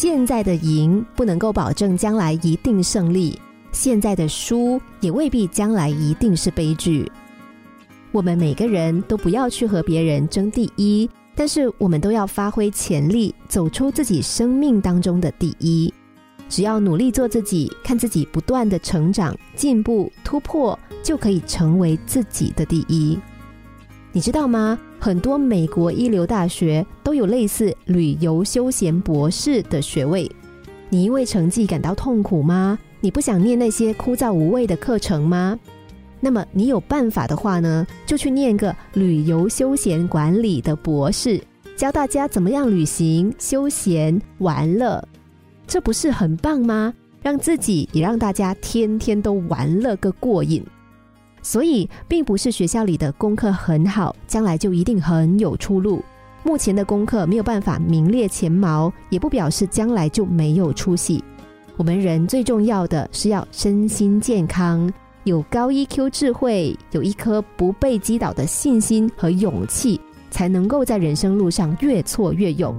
现在的赢不能够保证将来一定胜利，现在的输也未必将来一定是悲剧。我们每个人都不要去和别人争第一，但是我们都要发挥潜力，走出自己生命当中的第一。只要努力做自己，看自己不断的成长、进步、突破，就可以成为自己的第一。你知道吗？很多美国一流大学都有类似旅游休闲博士的学位。你因为成绩感到痛苦吗？你不想念那些枯燥无味的课程吗？那么你有办法的话呢，就去念个旅游休闲管理的博士，教大家怎么样旅行、休闲、玩乐。这不是很棒吗？让自己也让大家天天都玩乐个过瘾。所以并不是学校里的功课很好，将来就一定很有出路。目前的功课没有办法名列前茅，也不表示将来就没有出息。我们人最重要的是要身心健康，有高 EQ 智慧，有一颗不被击倒的信心和勇气，才能够在人生路上越挫越勇。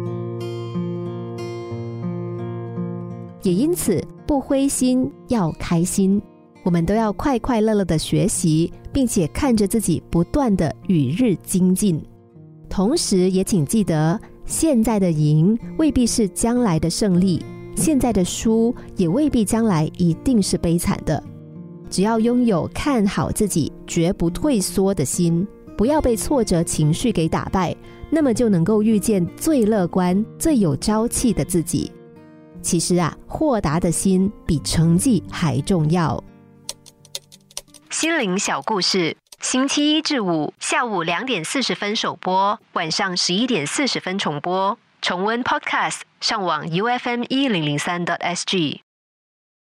也因此不灰心，要开心。我们都要快快乐乐的学习，并且看着自己不断的与日精进。同时也请记得，现在的赢未必是将来的胜利，现在的输也未必将来一定是悲惨的。只要拥有看好自己，绝不退缩的心，不要被挫折情绪给打败，那么就能够遇见最乐观、最有朝气的自己。其实啊，豁达的心比成绩还重要。心灵小故事，星期一至五下午2点40分首播，晚上11点40分重播。重温 Podcast， 上网 UFM1003.SG。